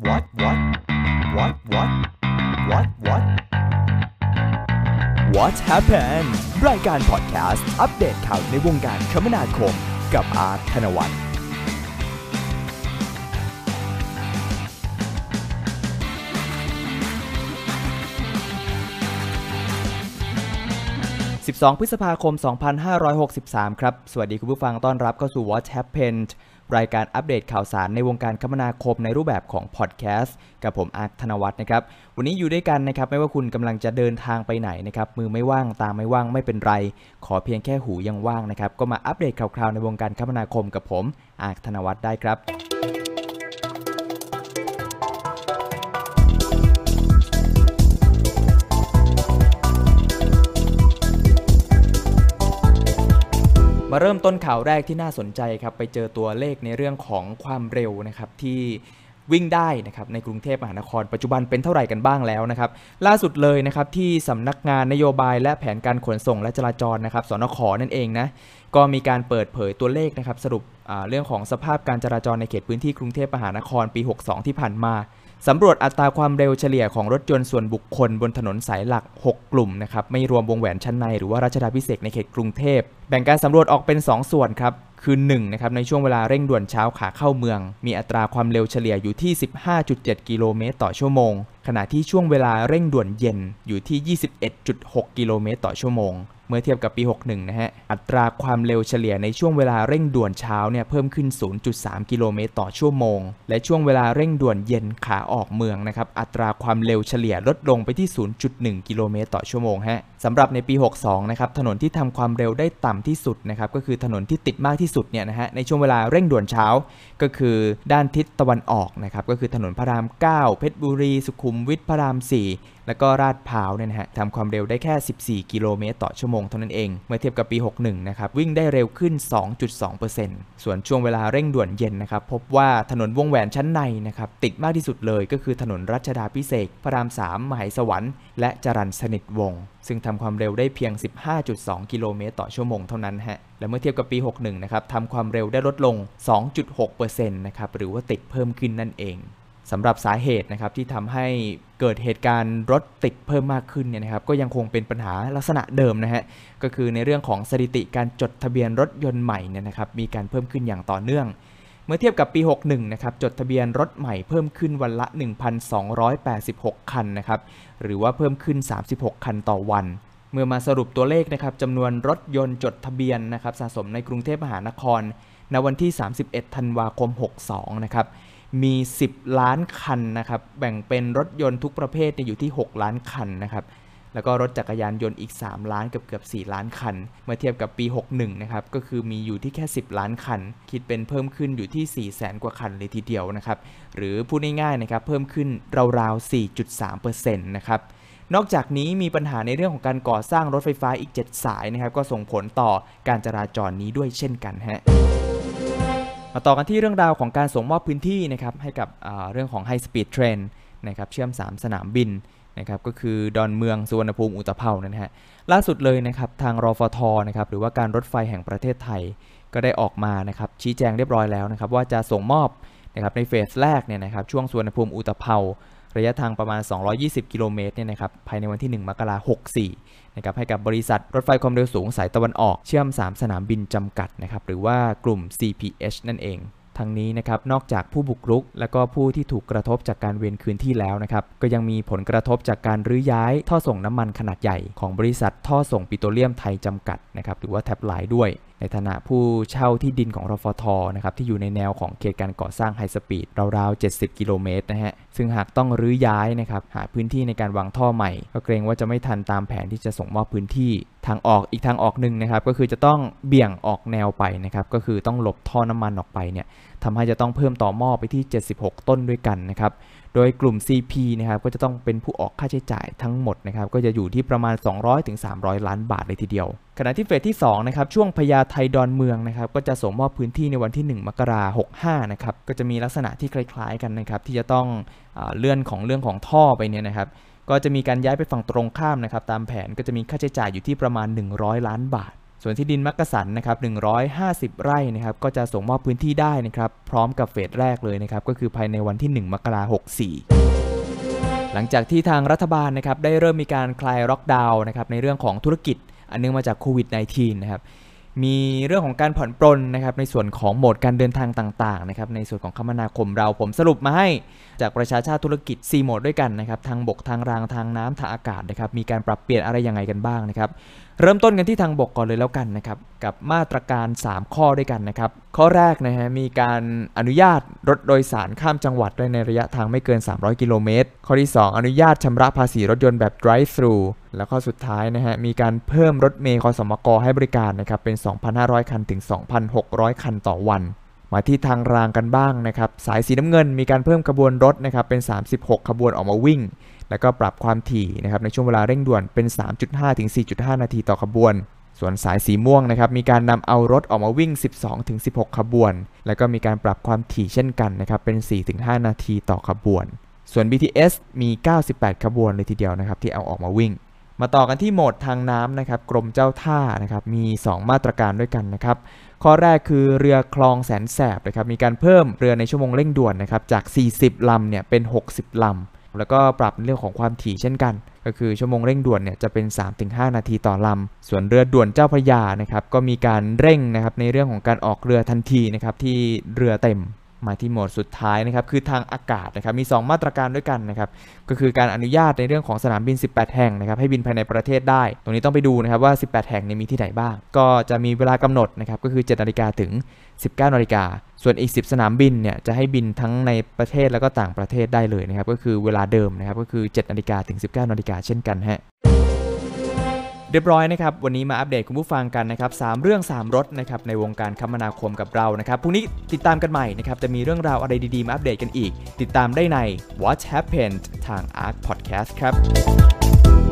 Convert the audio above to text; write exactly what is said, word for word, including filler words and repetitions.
what what what what what what what happened รายการพอดแคสต์อัปเดตข่าวในวงการคมนาคมกับอาร์ตธนวัฒน์สิบสองพฤษภาคมสองพันห้าร้อยหกสิบสามครับสวัสดีคุณผู้ฟังต้อนรับเข้าสู่ What Happened รายการอัปเดตข่าวสารในวงการคมนาคมในรูปแบบของพอดแคสต์กับผมอาร์ตธนวัฒน์นะครับวันนี้อยู่ด้วยกันนะครับไม่ว่าคุณกำลังจะเดินทางไปไหนนะครับมือไม่ว่างตาไม่ว่างไม่เป็นไรขอเพียงแค่หูยังว่างนะครับก็มาอัปเดตข่าวๆในวงการคมนาคมกับผมอาร์ตธนวัฒน์ได้ครับมาเริ่มต้นข่าวแรกที่น่าสนใจครับไปเจอตัวเลขในเรื่องของความเร็วนะครับที่วิ่งได้นะครับในกรุงเทพมหานครปัจจุบันเป็นเท่าไหร่กันบ้างแล้วนะครับล่าสุดเลยนะครับที่สำนักงานนโยบายและแผนการขนส่งและจราจรนะครับสนข.นั่นเองนะก็มีการเปิดเผยตัวเลขนะครับสรุปเรื่องของสภาพการจราจรในเขตพื้นที่กรุงเทพมหานครปีหกสิบสองที่ผ่านมาสำรวจอัตราความเร็วเฉลี่ยของรถยนต์ส่วนบุคคลบนถนนสายหลักหกกลุ่มนะครับไม่รวมวงแหวนชั้นในหรือว่ารัชดาภิเษกในเขตกรุงเทพแบ่งการสำรวจออกเป็นสองส่วนครับคือหนึ่งนะครับในช่วงเวลาเร่งด่วนเช้าขาเข้าเมืองมีอัตราความเร็วเฉลี่ยอยู่ที่ สิบห้าจุดเจ็ด กิโลเมตรต่อชั่วโมงขณะที่ช่วงเวลาเร่งด่วนเย็นอยู่ที่ ยี่สิบเอ็ดจุดหก กิโลเมตรต่อชั่วโมงเมื่อเทียบกับปีหกสิบเอ็ดนะฮะอัตราความเร็วเฉลี่ยในช่วงเวลาเร่งด่วนเช้าเนี่ยเพิ่มขึ้น ศูนย์จุดสาม กิโลเมตรต่อชั่วโมงและช่วงเวลาเร่งด่วนเย็นขาออกเมืองนะครับอัตราความเร็วเฉลี่ยลดลงไปที่ ศูนย์จุดหนึ่ง กิโลเมตรต่อชั่วโมงฮะสำหรับในปีหกสิบสองนะครับถนนที่ทำความเร็วได้ต่ำที่สุดนะครับก็คือถนนที่ติดมากที่สุดเนี่ยนะฮะในช่วงเวลาเร่งด่วนเช้าก็คือด้านทิศตะวันออกนะครับก็คือถนนพระรามเก้าเพชรบุรีสุขุมวิทพระรามสี่แล้วก็ลาดพร้าวเนี่ยนะฮะทำความเร็วได้แค่สิบสี่กิโลเมตรต่อชั่วโมงเท่านั้นเองเมื่อเทียบกับปีหกสิบเอ็ดนะครับวิ่งได้เร็วขึ้น สองจุดสองเปอร์เซ็นต์ ส่วนช่วงเวลาเร่งด่วนเย็นนะครับพบว่าถนนวงแหวนชั้นในนะครับติดมากที่สุดเลยก็คือถนนรัชดาภิเษกพระรามสามมหาสวรรค์และจรัญสนิทวงศ์ซึ่งทำความเร็วได้เพียง สิบห้าจุดสอง กิโลเมตรต่อชั่วโมงเท่านั้นฮะและเมื่อเทียบกับปีหกสิบเอ็ดนะครับทำความเร็วได้ลดลง สองจุดหกเปอร์เซ็นต์ นะครับหรือว่าติดเพิ่มขึ้นนั่นเองสำหรับสาเหตุนะครับที่ทำให้เกิดเหตุการณ์รถติดเพิ่มมากขึ้นเนี่ยนะครับก็ยังคงเป็นปัญหาลักษณะเดิมนะฮะก็คือในเรื่องของสถิติการจดทะเบียนรถยนต์ใหม่เนี่ยนะครับมีการเพิ่มขึ้นอย่างต่อเนื่องเมื่อเทียบกับปีหกสิบเอ็ดนะครับจดทะเบียนรถใหม่เพิ่มขึ้นวันละ หนึ่งพันสองร้อยแปดสิบหก คันนะครับหรือว่าเพิ่มขึ้นสามสิบหกคันต่อวันเมื่อมาสรุปตัวเลขนะครับจำนวนรถยนต์จดทะเบียนนะครับสะสมในกรุงเทพมหานครในวันที่สามสิบเอ็ดธันวาคมหกสิบสองนะครับมีสิบล้านคันนะครับแบ่งเป็นรถยนต์ทุกประเภทอยู่ที่หกล้านคันนะครับแล้วก็รถจักรยานยนต์อีกสามล้านเกือบเกือบสี่ล้านคันเมื่อเทียบกับปีหกสิบเอ็ดนะครับก็คือมีอยู่ที่แค่สิบล้านคันคิดเป็นเพิ่มขึ้นอยู่ที่ สี่แสน กว่าคันเลยทีเดียวนะครับหรือพูดง่ายๆนะครับเพิ่มขึ้นราวๆ สี่จุดสามเปอร์เซ็นต์ นะครับนอกจากนี้มีปัญหาในเรื่องของการก่อสร้างรถไฟฟ้าอีกเจ็ดสายนะครับก็ส่งผลต่อการจราจรนี้ด้วยเช่นกันฮะมาต่อกันที่เรื่องราวของการส่งมอบพื้นที่นะครับให้กับเรื่องของ High Speed Train นะครับเชื่อมสามสนามบินนะครับก็คือดอนเมืองสุวรรณภูมิอุตภเปานะฮะล่าสุดเลยนะครับทางรฟท.นะครับหรือว่าการรถไฟแห่งประเทศไทยก็ได้ออกมานะครับชี้แจงเรียบร้อยแล้วนะครับว่าจะส่งมอบนะครับในเฟสแรกเนี่ยนะครับช่วงสุวรรณภูมิอุตภเประยะทางประมาณสองร้อยยี่สิบกิโลเมตรเนี่ยนะครับภายในวันที่หนึ่งมกราคมหกสิบสี่นะครับให้กับบริษัทรถไฟความเร็วสูงสายตะวันออกเชื่อมสามสนามบินจำกัดนะครับหรือว่ากลุ่ม ซี พี เอช นั่นเองทั้งนี้นะครับนอกจากผู้บุกรุกและก็ผู้ที่ถูกกระทบจากการเวรคืนที่แล้วนะครับก็ยังมีผลกระทบจากการรื้อย้ายท่อส่งน้ำมันขนาดใหญ่ของบริษัทท่อส่งปิโตรเลียมไทยจำกัดนะครับหรือว่าแท็บไลน์ด้วยในฐานะผู้เช่าที่ดินของรฟท.นะครับที่อยู่ในแนวของเขตการก่อสร้างไฮสปีดราวๆเจ็ดสิบกิโลเมตรนะฮะซึ่งหากต้องรื้อย้ายนะครับหาพื้นที่ในการวางท่อใหม่ก็เกรงว่าจะไม่ทันตามแผนที่จะส่งมอบพื้นที่ทางออกอีกทางออกหนึ่งนะครับก็คือจะต้องเบี่ยงออกแนวไปนะครับก็คือต้องหลบท่อน้ำมันออกไปเนี่ยทำให้จะต้องเพิ่มต่อหม้อไปที่เจ็ดสิบหกต้นด้วยกันนะครับโดยกลุ่ม ซี พี นะครับก็จะต้องเป็นผู้ออกค่าใช้จ่ายทั้งหมดนะครับก็จะอยู่ที่ประมาณสองร้อยถึงสามร้อยล้านบาทเลยทีเดียวขณะที่เฟสที่สองนะครับช่วงพญาไทดอนเมืองนะครับก็จะส่งมอบพื้นที่ในวันที่หนึ่งมกราคมหกสิบห้านะครับก็จะมีลักษณะที่คล้ายๆกันนะครับที่จะต้องเอ่อเลื่อนของเรื่องของท่อไปเนี่ยนะครับก็จะมีการย้ายไปฝั่งตรงข้ามนะครับตามแผนก็จะมีค่าใช้จ่ายอยู่ที่ประมาณหนึ่งร้อยล้านบาทส่วนที่ดินมักกะสันนะครับหนึ่งร้อยห้าสิบไร่นะครับก็จะส่งมอบพื้นที่ได้นะครับพร้อมกับเฟสแรกเลยนะครับก็คือภายในวันที่หนึ่งมกราคมหกสิบสี่หลังจากที่ทางรัฐบาลนะครับได้เริ่มมีการคลายล็อกดาวน์นะครับในเรื่องของธุรกิจอันเนื่องมาจากโควิด สิบเก้า นะครับมีเรื่องของการผ่อนปรนนะครับในส่วนของโหมดการเดินทางต่างๆนะครับในส่วนของคมนาคมเราผมสรุปมาให้จากประชาชาติธุรกิจสี่โหมดด้วยกันนะครับทางบกทางรางทางน้ำทางอากาศนะครับมีการปรับเปลี่ยนอะไรยังไงกันบ้างนะครับเริ่มต้นกันที่ทางบกก่อนเลยแล้วกันนะครับกับมาตรการสามข้อด้วยกันนะครับข้อแรกนะฮะมีการอนุญาตรถโดยสารข้ามจังหวัดได้ในระยะทางไม่เกินสามร้อยกิโลเมตรข้อที่สองอนุญาตชำระภาษีรถยนต์แบบ drive thru แล้วข้อสุดท้ายนะฮะมีการเพิ่มรถเมล์คสมกให้บริการนะครับเป็น สองพันห้าร้อย คันถึง สองพันหกร้อย คันต่อวันมาที่ทางรางกันบ้างนะครับสายสีน้ำเงินมีการเพิ่มขบวนรถนะครับเป็นสามสิบหกขบวนออกมาวิ่งแล้วก็ปรับความถี่นะครับในช่วงเวลาเร่งด่วนเป็น สามจุดห้า ถึง สี่จุดห้า นาทีต่อขบวนส่วนสายสีม่วงนะครับมีการนำเอารถออกมาวิ่ง สิบสองถึงสิบหก ขบวนแล้วก็มีการปรับความถี่เช่นกันนะครับเป็น สี่ถึงห้า นาทีต่อขบวนส่วน บี ที เอส มีเก้าสิบแปดขบวนเลยทีเดียวนะครับที่เอาออกมาวิ่งมาต่อกันที่โหมดทางน้ำนะครับกรมเจ้าท่านะครับมีสองมาตรการด้วยกันนะครับข้อแรกคือเรือคลองแสนแสบนะครับมีการเพิ่มเรือในชั่วโมงเร่งด่วนนะครับจากสี่สิบลำเนี่ยเป็นหกสิบลำแล้วก็ปรับเรื่องของความถี่เช่นกันก็คือชั่วโมงเร่งด่วนเนี่ยจะเป็น สามถึงห้า นาทีต่อลำส่วนเรือด่วนเจ้าพระยานะครับก็มีการเร่งนะครับในเรื่องของการออกเรือทันทีนะครับที่เรือเต็มมาที่โหมดสุดท้ายนะครับคือทางอากาศนะครับมีสองมาตรการด้วยกันนะครับก็คือการอนุญาตในเรื่องของสนามบินสิบแปดแห่งนะครับให้บินภายในประเทศได้ตรงนี้ต้องไปดูนะครับว่าสิบแปดแห่งนี้มีที่ไหนบ้างก็จะมีเวลากำหนดนะครับก็คือ เจ็ดนาฬิกา ถึง สิบเก้านาฬิกาส่วนอีกสิบสนามบินเนี่ยจะให้บินทั้งในประเทศแล้วก็ต่างประเทศได้เลยนะครับก็คือเวลาเดิมนะครับก็คือ เจ็ดนาฬิกา ถึง สิบเก้านาฬิกาเช่นกันฮะเรียบร้อยนะครับวันนี้มาอัปเดตคุณผู้ฟังกันนะครับสามเรื่องสามรสนะครับในวงการคมนาคมกับเรานะครับพรุ่งนี้ติดตามกันใหม่นะครับจะมีเรื่องราวอะไรดีๆมาอัปเดตกันอีกติดตามได้ใน What Happened ทาง Ark Podcast ครับ